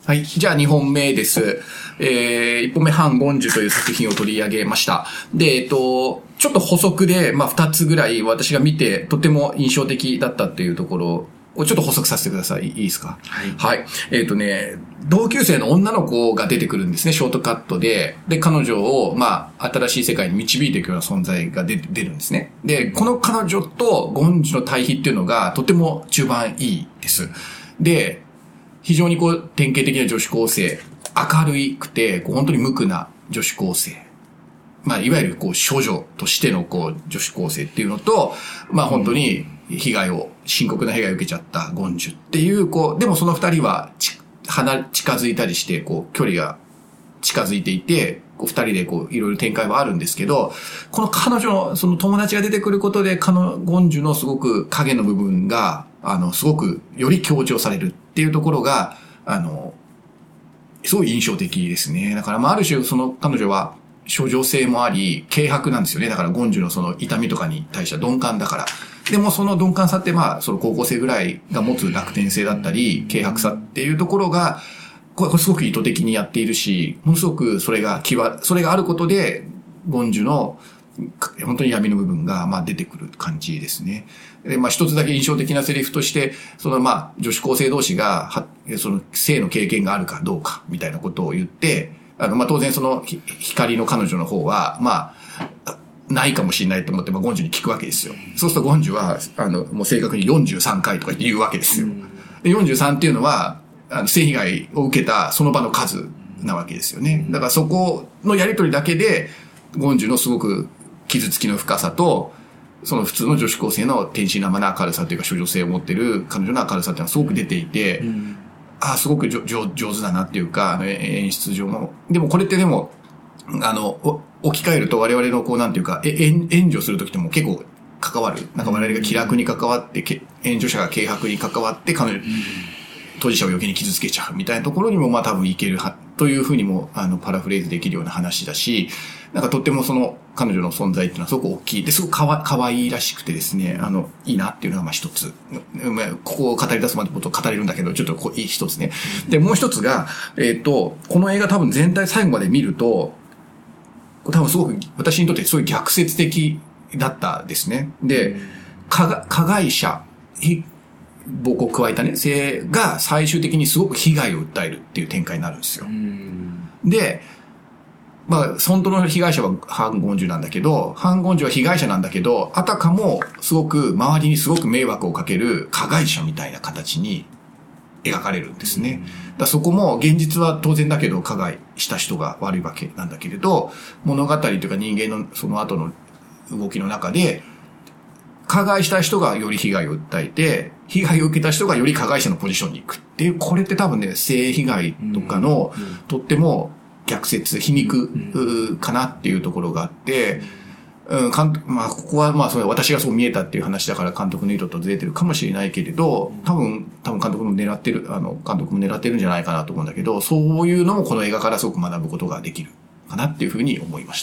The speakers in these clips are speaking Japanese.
はい。じゃあ2本目です。1本目、ハン・ゴンジュという作品を取り上げました。で、ちょっと補足で、2つぐらい私が見て、とても印象的だったっていうところをちょっと補足させてください。いいですか？はい。はい。同級生の女の子が出てくるんですね、ショートカットで。で、彼女を、新しい世界に導いていくような存在が出るんですね。で、この彼女とゴンジュの対比っていうのが、とても中盤いいです。で、非常に典型的な女子高生、明るくて、本当に無垢な女子高生。いわゆる処女としての女子高生っていうのと、本当に深刻な被害を受けちゃったゴンジュっていう、でもその二人は近づいたりして、距離が近づいていて、二人でいろいろ展開はあるんですけど、この彼女のその友達が出てくることで、ゴンジュのすごく影の部分が、すごくより強調されるっていうところが、すごい印象的ですね。だからある種その彼女は処女性もあり、軽薄なんですよね。だからゴンジュのその痛みとかに対しては鈍感だから。でもその鈍感さってその高校生ぐらいが持つ楽天性だったり、軽薄さっていうところが、これすごく意図的にやっているし、ものすごくそれがあることで、ゴンジュの本当に闇の部分が出てくる感じですね。で、一つだけ印象的なセリフとして、その女子高生同士がその性の経験があるかどうかみたいなことを言って、当然その光の彼女の方はないかもしれないと思ってゴンジュに聞くわけですよ。そうするとゴンジュはもう正確に43回とか言うわけですよ。で、43っていうのは性被害を受けたその場の数なわけですよね。だからそこのやりとりだけでゴンジュのすごく傷つきの深さと、その普通の女子高生の天真爛漫な明るさというか処女性を持っている彼女の明るさっていうのはすごく出ていて、すごく上手だなっていうか、演出上も。でもこれってでも、置き換えると我々のなんていうか、援助するときっても結構関わる。なんか我々が気楽に関わって、援助者が軽薄に関わって、当事者を余計に傷つけちゃうみたいなところにも多分いけるというふうにもパラフレーズできるような話だし、なんかとってもその彼女の存在っていうのはすごく大きい。で、すごく可愛いらしくてですね、いいなっていうのが一つ。ここを語り出すまでことを語れるんだけど、ちょっと一つね。で、もう一つが、この映画多分全体最後まで見ると、多分すごく私にとってすごい逆説的だったですね。で、加害者、暴行を加えたね、性が最終的にすごく被害を訴えるっていう展開になるんですよ。で、本当の被害者はハン・ゴンジュなんだけど、ハン・ゴンジュは被害者なんだけど、あたかもすごく周りにすごく迷惑をかける加害者みたいな形に描かれるんですね。だそこも現実は当然だけど加害した人が悪いわけなんだけれど、物語というか人間のその後の動きの中で、加害した人がより被害を訴えて、被害を受けた人がより加害者のポジションに行くっていう、これって多分ね、性被害とかのとっても逆説、皮肉かなっていうところがあって、ここはそれ私がそう見えたっていう話だから監督の意図とずれてるかもしれないけれど、多分監督も狙ってるんじゃないかなと思うんだけど、そういうのもこの映画からすごく学ぶことができるかなっていうふうに思いました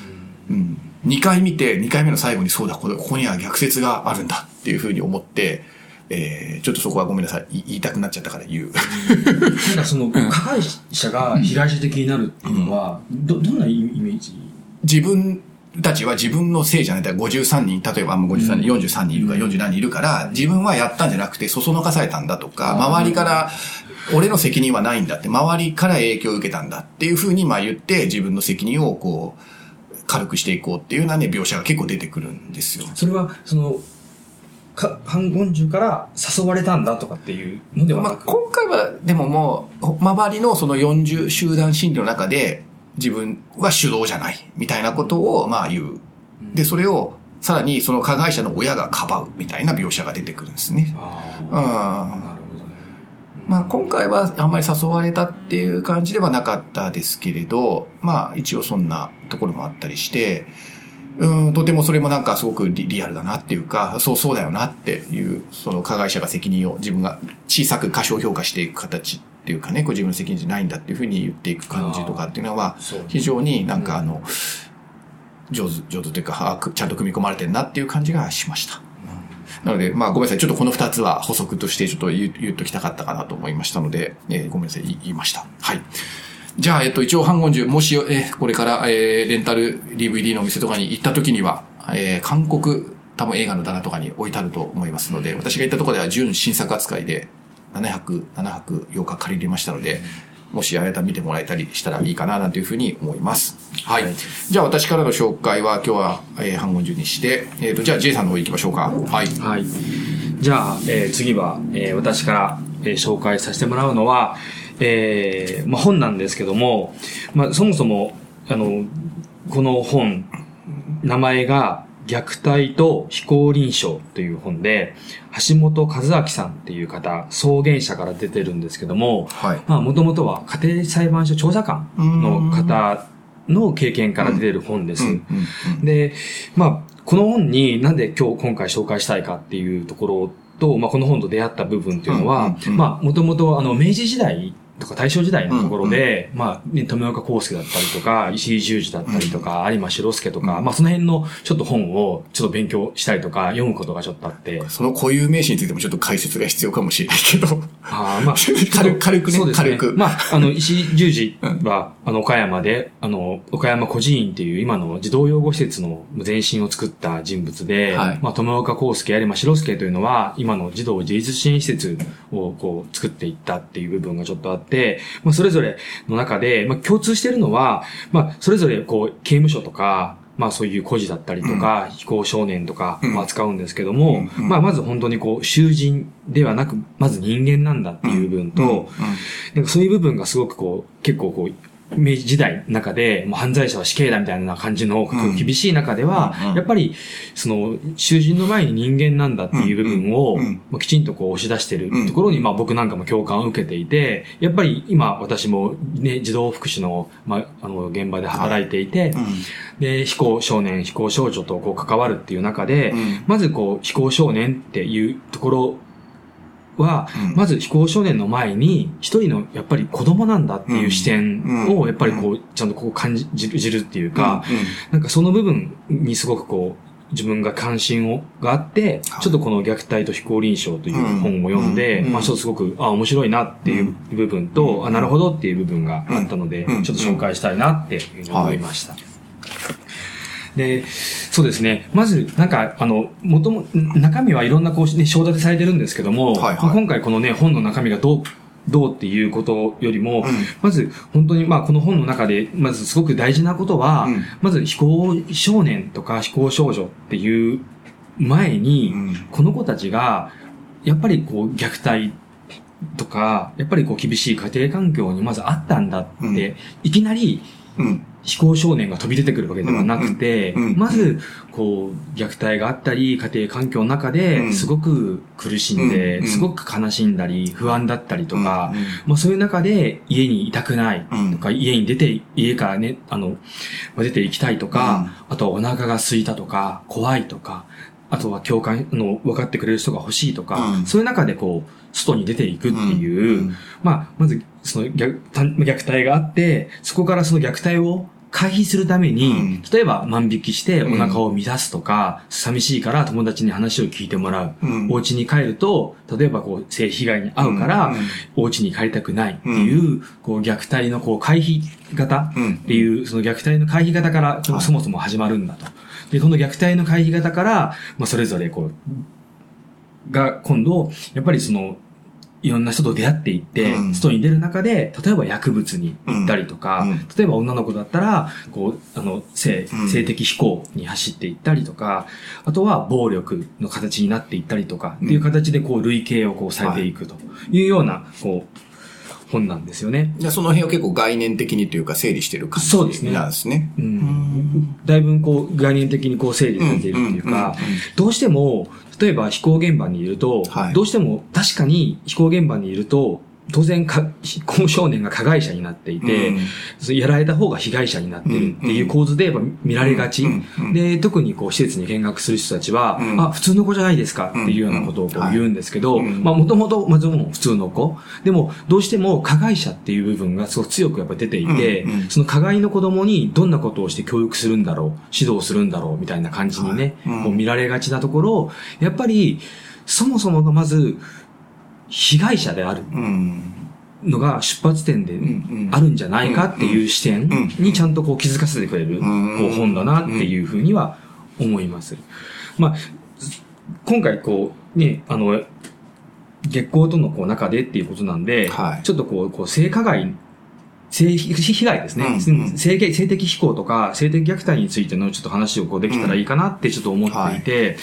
。2回見て、2回目の最後にそうだ、ここには逆説があるんだっていうふうに思って、ちょっとそこはごめんなさい。言いたくなっちゃったから言う。 なんかその、加害者が被害者的になるっていうのは、どんなイメージ？ 自分たちは自分のせいじゃない。53人、例えば53人、43人いるか40何人いるから、自分はやったんじゃなくて、そそのかされたんだとか、周りから、俺の責任はないんだって、周りから影響を受けたんだっていうふうに言って、自分の責任を軽くしていこうっていうようなね、描写が結構出てくるんですよ。 それは、ハン・ゴンジュから誘われたんだとかっていうのではなく、 今回は、でももう、周りのその40集団心理の中で、自分は主導じゃないみたいなことを言う。で、それをさらにその加害者の親がかばうみたいな描写が出てくるんですね。なるほどね。今回はあんまり誘われたっていう感じではなかったですけれど、一応そんなところもあったりして、とてもそれもなんかすごくリアルだなっていうか、そうだよなっていう、その加害者が責任を自分が小さく過小評価していく形っていうかね、自分の責任じゃないんだっていうふうに言っていく感じとかっていうのは、非常になんか上手というか、ちゃんと組み込まれてるなっていう感じがしました。 なので、ごめんなさい。ちょっとこの2つは補足としてちょっと言っときたかったかなと思いましたので、ごめんなさい。言いました。はい。じゃあ、一応、反言樹、もし、これから、レンタル DVD のお店とかに行った時には、韓国、多分映画の棚とかに置いてあると思いますので、私が行ったところでは純新作扱いで、7泊8日借りれましたので、もしあれだ見てもらえたりしたらいいかな、なんていうふうに思います。はい。じゃあ、私からの紹介は、今日は、反言樹にして、じゃあ、J さんの方行きましょうか。はい。 はい。じゃあ、次は、私から、紹介させてもらうのは、本なんですけども、そもそも、この本、名前が、虐待と非行臨床という本で、橋本和明さんっていう方、創原社から出てるんですけども、はい。もともとは家庭裁判所調査官の方の経験から出てる本です。で、この本になんで今回紹介したいかっていうところと、この本と出会った部分っていうのは、もともと明治時代とか大正時代のところで、富岡康介だったりとか、石井十二だったりとか、有馬四郎介とか、その辺のちょっと本をちょっと勉強したりとか、読むことがちょっとあって。 その固有名詞についてもちょっと解説が必要かもしれないけど。軽くね。 そうですね。 軽く。 石井十二は、岡山で、岡山孤児院っていう今の児童養護施設の前身を作った人物で、はい、富岡康介、有馬四郎介というのは、今の児童自立支援施設を作っていったっていう部分がちょっとあって、それぞれの中で、共通しているのは、それぞれ刑務所とか、そういう孤児だったりとか、非行少年とか扱うんですけども、まず本当に囚人ではなく、まず人間なんだっていう部分と、そういう部分がすごく結構明治時代の中で、犯罪者は死刑だみたいな感じの厳しい中では、やっぱり、囚人の前に人間なんだっていう部分を、きちんと押し出してるところに、僕なんかも共感を受けていて、やっぱり今私もね、児童福祉の、現場で働いていて、で、非行少年、非行少女と関わるっていう中で、まず非行少年っていうところは、まず非行少年の前に一人のやっぱり子供なんだっていう視点をやっぱりちゃんと感じるっていうか、なんかその部分にすごく自分が関心があって、ちょっとこの虐待と非行臨床という本を読んで、ちょっとすごく、面白いなっていう部分と、なるほどっていう部分があったので、ちょっと紹介したいなっていうふうに思いました。で、そうですね。まず、中身はいろんな章立てされてるんですけども、今回このね、本の中身がどうっていうことよりも、まず、本当にこの本の中で、まずすごく大事なことは、まず非行少年とか非行少女っていう前に、この子たちが、やっぱり虐待とか、やっぱり厳しい家庭環境にまずあったんだって、いきなり、非行少年が飛び出てくるわけではなくて、まず、虐待があったり、家庭環境の中ですごく苦しんで、すごく悲しんだり、不安だったりとか、そういう中で家にいたくないとか、家からね、出て行きたいとか、あとはお腹が空いたとか、怖いとか、あとは共感分かってくれる人が欲しいとか、そういう中で外に出ていくっていう、まず、虐待があって、そこからその虐待を回避するために、例えば万引きしてお腹を満たすとか、寂しいから友達に話を聞いてもらう。お家に帰ると、例えば性被害に遭うから、お家に帰りたくないっていう、虐待の回避型っていう、その虐待の回避型からそもそも始まるんだと。で、この虐待の回避型から、それぞれが今度、やっぱりいろんな人と出会っていって、外に出る中で、例えば薬物に行ったりとか、例えば女の子だったら、性的非行に走っていったりとか、あとは暴力の形になっていったりとか、っていう形で類型をされていくというような、本なんですよね。 その辺を結構概念的にというか整理してる感じなんですね。 だいぶ概念的に整理されているっていうか、どうしても、例えば非行現場にいると、どうしても確かに非行現場にいると、 当然この少年が加害者になっていて、やられた方が被害者になってるっていう構図でやっぱ見られがち。で、特にこう施設に見学する人たちは、あ、普通の子じゃないですかっていうようなことをこう言うんですけど、まあもともとまずも普通の子。でもどうしても加害者っていう部分がすごく強くやっぱ出ていて、その加害の子供にどんなことをして教育するんだろう、指導するんだろうみたいな感じにね、こう見られがちなところ、やっぱりそもそもがまず、被害者であるのが出発点であるんじゃないかっていう視点にちゃんとこう気づかせてくれるこう本だなっていうふうには思います。まあ、今回こうね、月光とのこう中でっていうことなんで、ちょっとこう性加害、性被害ですね、性的非行とか性的虐待についてのちょっと話をこうできたらいいかなってちょっと思っていて、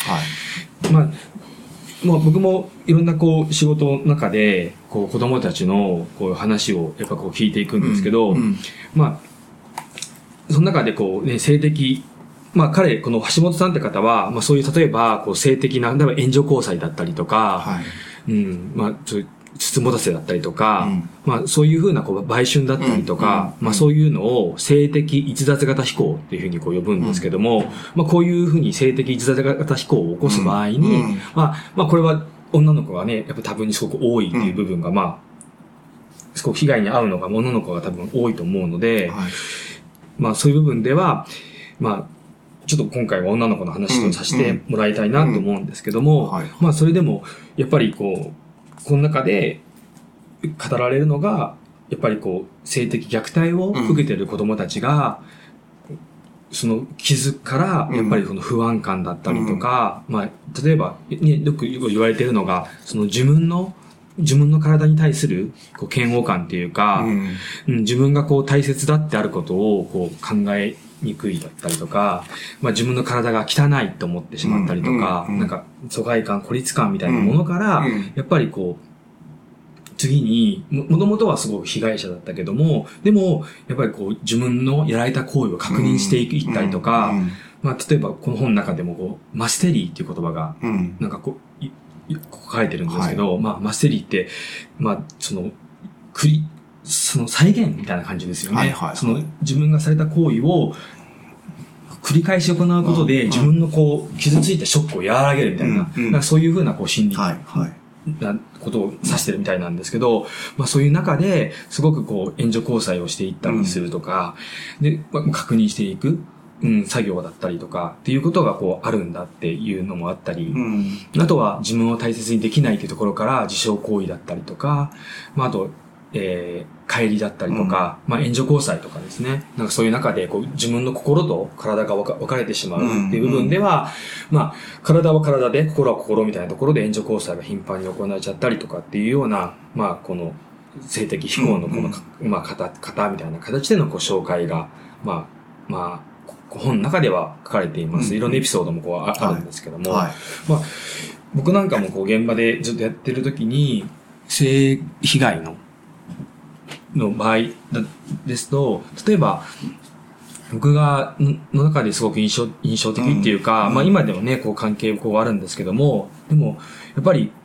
まあ僕もいろんなこう仕事の中でこう子供たちのこう話をやっぱこう聞いていくんですけど、まあその中でこうね性的、まあこの橋本さんって方はまあそういう例えばこう性的な例えば援助交際だったりとか、まあそういうつつもたせだったりとか、まあそういうふうなこう売春だったりとか、まあそういうのを性的逸脱型非行っていうふうにこう呼ぶんですけども、まあこういうふうに性的逸脱型非行を起こす場合に、まあこれは女の子がね、やっぱ多分にすごく多いっていう部分がまあ、すごく被害に遭うのが女の子が多分多いと思うので、まあそういう部分では、まあちょっと今回は女の子の話をさせてもらいたいなと思うんですけども、まあそれでもやっぱりこの中で語られるのが、やっぱりこう、性的虐待を受けている子供たちが、その傷から、やっぱりその不安感だったりとか、まあ、例えば、ね、よく言われているのが、その自分の体に対するこう嫌悪感っていうか、自分がこう大切だってあることをこう考えにくいだったりとか、まあ自分の体が汚いと思ってしまったりとか、なんか疎外感、孤立感みたいなものから、やっぱりこう、次に、もともとはすごく被害者だったけども、でも、やっぱりこう、自分のやられた行為を確認していったりとか、まあ例えばこの本の中でもこう、マステリーっていう言葉が、なんかこう、書かれてるんですけど、まあマステリーって、まあその再現みたいな感じですよね。その自分がされた行為を繰り返し行うことで、自分のこう、傷ついたショックを和らげるみたいな、なんかそういうふうなこう心理なことを指してるみたいなんですけど、まあそういう中で、すごくこう、援助交際をしていったりするとか、で、確認していく。作業だったりとかっていうことがこうあるんだっていうのもあったり、あとは自分を大切にできないというところから自傷行為だったりとか、まああと、帰りだったりとか、まあ援助交際とかですね。なんかそういう中でこう自分の心と体が分かれてしまうっていう部分では、まあ体は体で心は心みたいなところで援助交際が頻繁に行われちゃったりとかっていうような、まあこの性的非行のこの、まあ型みたいな形でのこう紹介が、まあ本の中では書かれています。いろんなエピソードもこうあるんですけども、まあ僕なんかもこう現場でずっとやってる時に性被害の場合ですと、例えば僕がの中ですごく印象的っていうか、まあ今でもねこう関係こうあるんですけども、でもやっぱり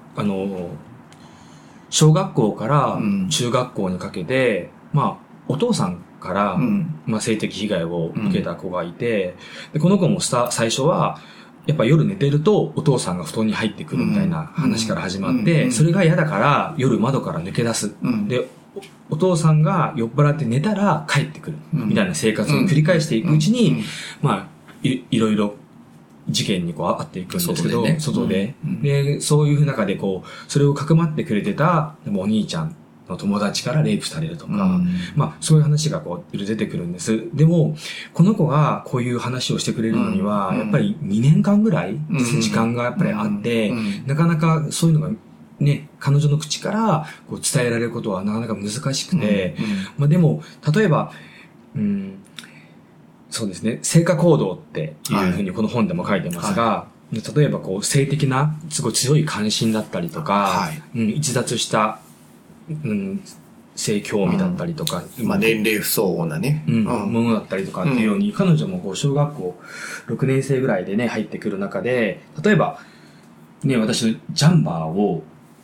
小学校から中学校にかけて、まあお父さんから、まあ、性的被害を受けた子がいて、でこの子も最初は、やっぱ夜寝てるとお父さんが布団に入ってくるみたいな話から始まって、それが嫌だから夜窓から抜け出す。で、お父さんが酔っ払って寝たら帰ってくる。みたいな生活を繰り返していくうちに、まあ、いろいろ事件にこうあっていくんですけど、外で。で、そういう中でこう、それをかくまってくれてた、でもお兄ちゃん、の友達からレイプされるとか、まあそういう話がこう出てくるんです。でもこの子がこういう話をしてくれるのには、やっぱり2年間ぐらい時間がやっぱりあって、なかなかそういうのがね、彼女の口からこう伝えられることはなかなか難しくて、まあでも例えば、そうですね、成果行動っていうふうにこの本でも書いてますが、例えばこう性的なすごい強い関心だったりとか、逸脱した性興味だったりとか、 まあ年齢不相応なね、 ものだったりとかっていうように、彼女もこう小学校6年生ぐらいでね入ってくる中で、例えばね私のジャンバーを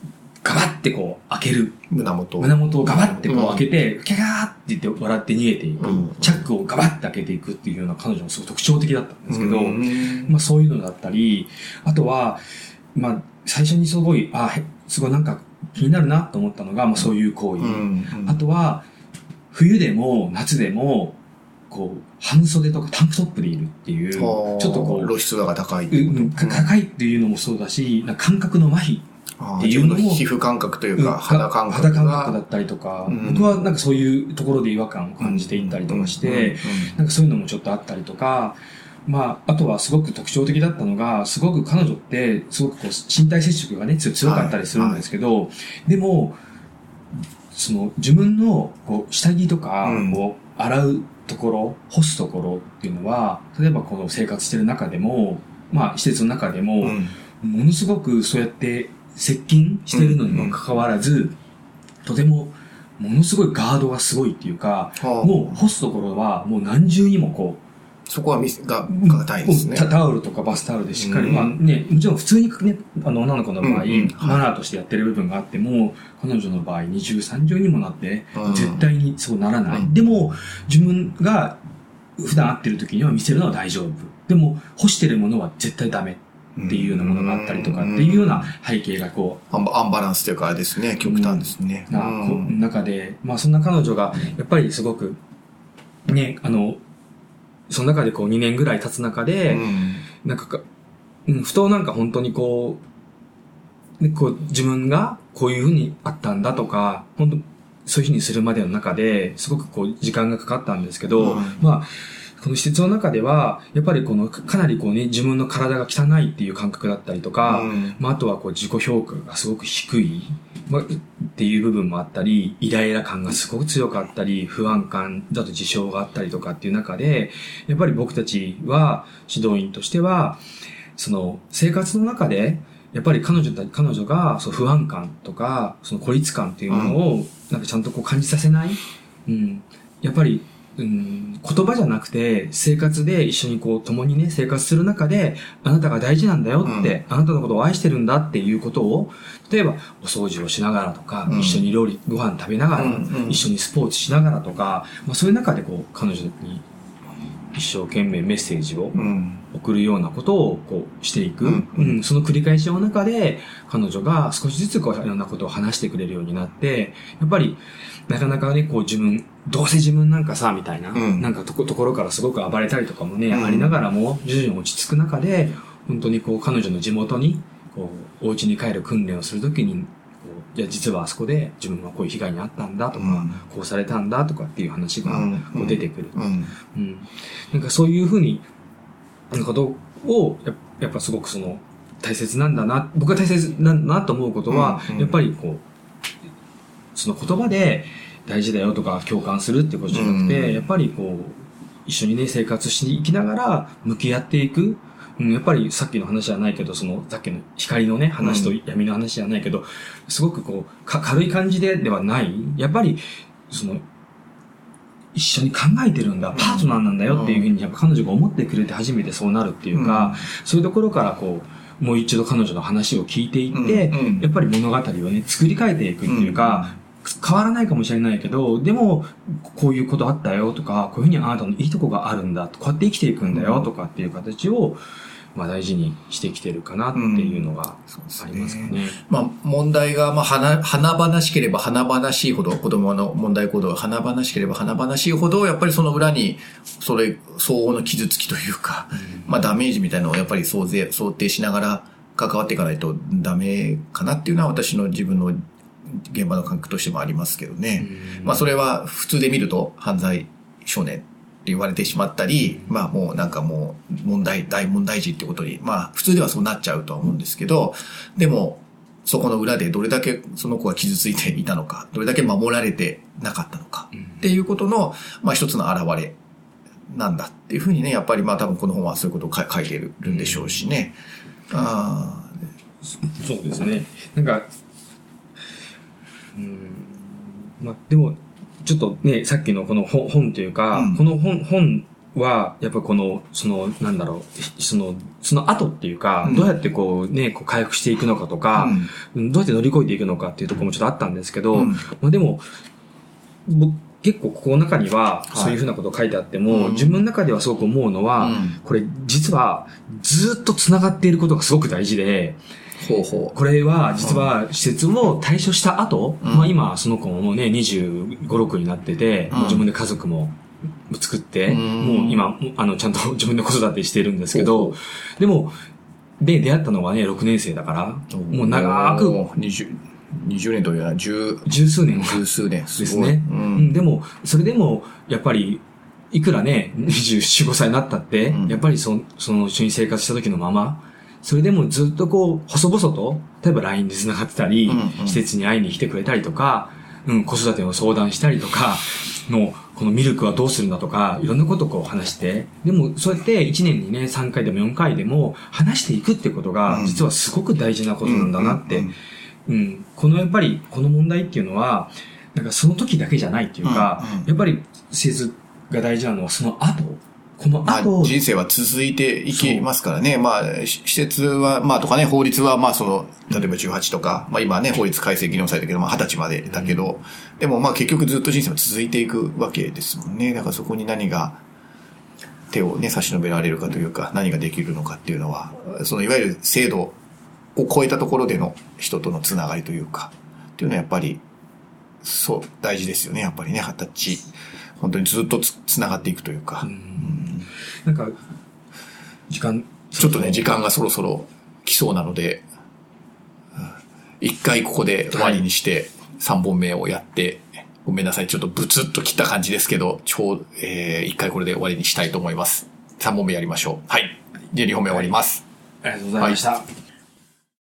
ガバってこう開ける。 胸元をガバってこう開けて、キャーって言って笑って逃げていく。チャックをガバって開けていくっていうような彼女もすごい特徴的だったんですけど、まあそういうのだったり、あとは、まあ最初にすごいなんか気になるなと思ったのが、まあそういう行為。あとは、冬でも夏でも、こう、半袖とかタンクトップでいるっていう、ちょっとこう、 露出度が高い。 高いっていうのもそうだし、なんか感覚の麻痺っていうのも。 皮膚感覚というか、肌感覚。 肌感覚だったりとか、僕はなんかそういうところで違和感を感じていったりとかして、なんかそういうのもちょっとあったりとか、まあ、あとはすごく特徴的だったのが、すごく彼女って、すごくこう、身体接触がね、強かったりするんですけど、でも、その、自分の、こう、下着とか、こう、洗うところ、干すところっていうのは、例えばこの生活してる中でも、まあ、施設の中でも、ものすごくそうやって接近してるのにもかかわらず、とても、ものすごいガードがすごいっていうか、もう干すところはもう何重にもこう、 そこはがたいですね。 タオルとかバスタオルでしっかり、まあね、もちろん普通にね、女の子の場合、マナーとしてやってる部分があっても、彼女の場合、二重三重にもなって、絶対にそうならない。でも、自分が普段会ってる時には見せるのは大丈夫。でも、干してるものは絶対ダメっていうようなものがあったりとかっていうような背景がこう。 アンバランスというかあれですね、極端ですね。 中で、まあそんな彼女が、やっぱりすごく、ね、その中でこう2年ぐらい経つ中で、なんかふとなんか本当にこう自分がこういう風にあったんだとか、本当そういう風にするまでの中で、すごくこう時間がかかったんですけど、まあ、この施設の中では、やっぱりかなりこうね、自分の体が汚いっていう感覚だったりとか、まああとはこう自己評価がすごく低い、っていう部分もあったり、イライラ感がすごく強かったり、不安感だと自傷があったりとかっていう中で、やっぱり僕たちは、指導員としては、その生活の中で、やっぱり彼女がそう不安感とか、その孤立感っていうものを、なんかちゃんとこう感じさせない。やっぱり、言葉じゃなくて、生活で一緒にこう共にね、生活する中で、あなたが大事なんだよって、あなたのことを愛してるんだっていうことを、例えばお掃除をしながらとか、一緒にご飯食べながら、一緒にスポーツしながらとか、まあそういう中でこう、彼女に一生懸命メッセージを送るようなことをこうしていく。その繰り返しの中で、彼女が少しずつこういろんなことを話してくれるようになって、やっぱり、なかなかね、こうどうせ自分なんかさ、みたいな、なんかところからすごく暴れたりとかもね、ありながらも、徐々に落ち着く中で、本当にこう、彼女の地元に、こう、お家に帰る訓練をするときに、じゃあ実はあそこで自分はこういう被害に遭ったんだとか、こうされたんだとかっていう話がこう出てくる。なんかそういうふうに、ことを、やっぱすごくその、大切なんだな、僕が大切なんだなと思うことは、やっぱりこう、その言葉で大事だよとか共感するってことじゃなくて、やっぱりこう、一緒にね、生活していきながら向き合っていく。やっぱりさっきの話じゃないけど、その、さっきの光のね、話と闇の話じゃないけど、すごくこう、軽い感じではない。やっぱり、その、一緒に考えてるんだ、パートナーなんだよっていうふうに、やっぱ彼女が思ってくれて初めてそうなるっていうか、そういうところからこう、もう一度彼女の話を聞いていって、やっぱり物語をね、作り変えていくっていうか、変わらないかもしれないけど、でも、こういうことあったよとか、こういうふうにあなたのいいとこがあるんだ、こうやって生きていくんだよとかっていう形を、まあ大事にしてきてるかなっていうのがありますかね。 まあ問題が、まあ華々しければ華々しいほど、子供の問題行動が華々しければ華々しいほど、やっぱりその裏に、相応の傷つきというか、まあダメージみたいなのをやっぱり想定しながら関わっていかないとダメかなっていうのは私の自分の現場の感覚としてもありますけどね。まあそれは普通で見ると犯罪少年って言われてしまったり、まあもうなんかもう大問題児ってことに、まあ普通ではそうなっちゃうとは思うんですけど、でもそこの裏でどれだけその子が傷ついていたのか、どれだけ守られてなかったのかっていうことの、まあ一つの表れなんだっていうふうにね、やっぱりまあ多分この本はそういうことを書いてるんでしょうしね。 そうですね。なんか、まあでも、ちょっとね、さっきのこの本というか、この本は、やっぱこの、なんだろう、その後っていうか、どうやってこうね、こう回復していくのかとか、どうやって乗り越えていくのかっていうところもちょっとあったんですけど、まあでも、結構ここの中には、そういうふうなこと書いてあっても、自分の中ではすごく思うのは、これ実はずっと繋がっていることがすごく大事で、これは実は施設を退所した後、まあ今その子もね、25、6になってて、もう自分で家族も作って、もう今、ちゃんと自分で子育てしてるんですけど、でも、出会ったのはね、6年生だから、もう長く、 20年というのは十数年。 十数年。 ですね。でも、それでも、やっぱり、いくらね、24、5歳になったって、やっぱり一緒に生活した時のまま、それでもずっとこう、細々と、例えば LINE で繋がってたり、施設に会いに来てくれたりとか、子育ての相談したりとか、このミルクはどうするんだとか、いろんなことをこう話して、でもそうやって1年にね、3回でも4回でも話していくってことが、実はすごく大事なことなんだなって、やっぱり、この問題っていうのは、なんかその時だけじゃないっていうか、やっぱり、施設が大事なのはその後、この後、 人生は続いていきますからね。まあ、施設は、まあとかね、法律は、まあ例えば18とか、まあ今ね、法律改正議論されたけど、まあ20歳までだけど、でもまあ結局ずっと人生は続いていくわけですもんね。だからそこに何が手をね、差し伸べられるかというか、何ができるのかっていうのは、いわゆる制度を超えたところでの人とのつながりというか、っていうのはやっぱり、大事ですよね、やっぱりね、20歳。本当にずっとつながっていくというか。 なんか、 ちょっとね、時間がそろそろ来そうなので、一回ここで終わりにして、3本目をやって、ごめんなさい、ちょっとブツッと切った感じですけど、一回これで終わりにしたいと思います。3本目やりましょう。はい。で、2本目終わります。 ありがとうございました。